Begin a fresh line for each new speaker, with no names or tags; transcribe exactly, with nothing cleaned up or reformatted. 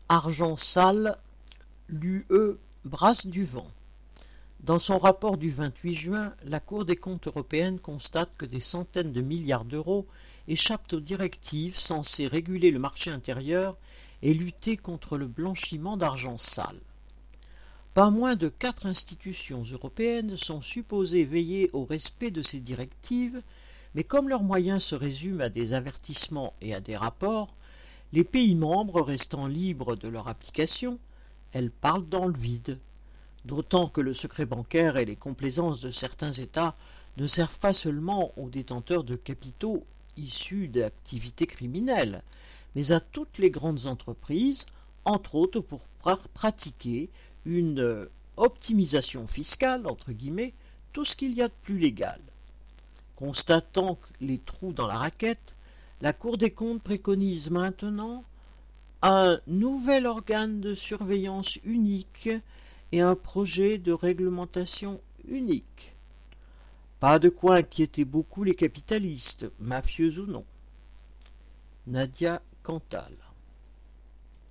Argent sale, l'U E brasse du vent. Dans son rapport du vingt-huit juin, la Cour des comptes européenne constate que des centaines de milliards d'euros échappent aux directives censées réguler le marché intérieur et lutter contre le blanchiment d'argent sale. Pas moins de quatre institutions européennes sont supposées veiller au respect de ces directives, mais comme leurs moyens se résument à des avertissements et à des rapports, les pays membres restant libres de leur application, elles parlent dans le vide. D'autant que le secret bancaire et les complaisances de certains États ne servent pas seulement aux détenteurs de capitaux issus d'activités criminelles, mais à toutes les grandes entreprises, entre autres pour pratiquer une optimisation fiscale, entre guillemets, tout ce qu'il y a de plus légal. Constatant les trous dans la raquette, la Cour des comptes préconise maintenant un nouvel organe de surveillance unique et un projet de réglementation unique. Pas de quoi inquiéter beaucoup les capitalistes, mafieux ou non. Nadia Cantal.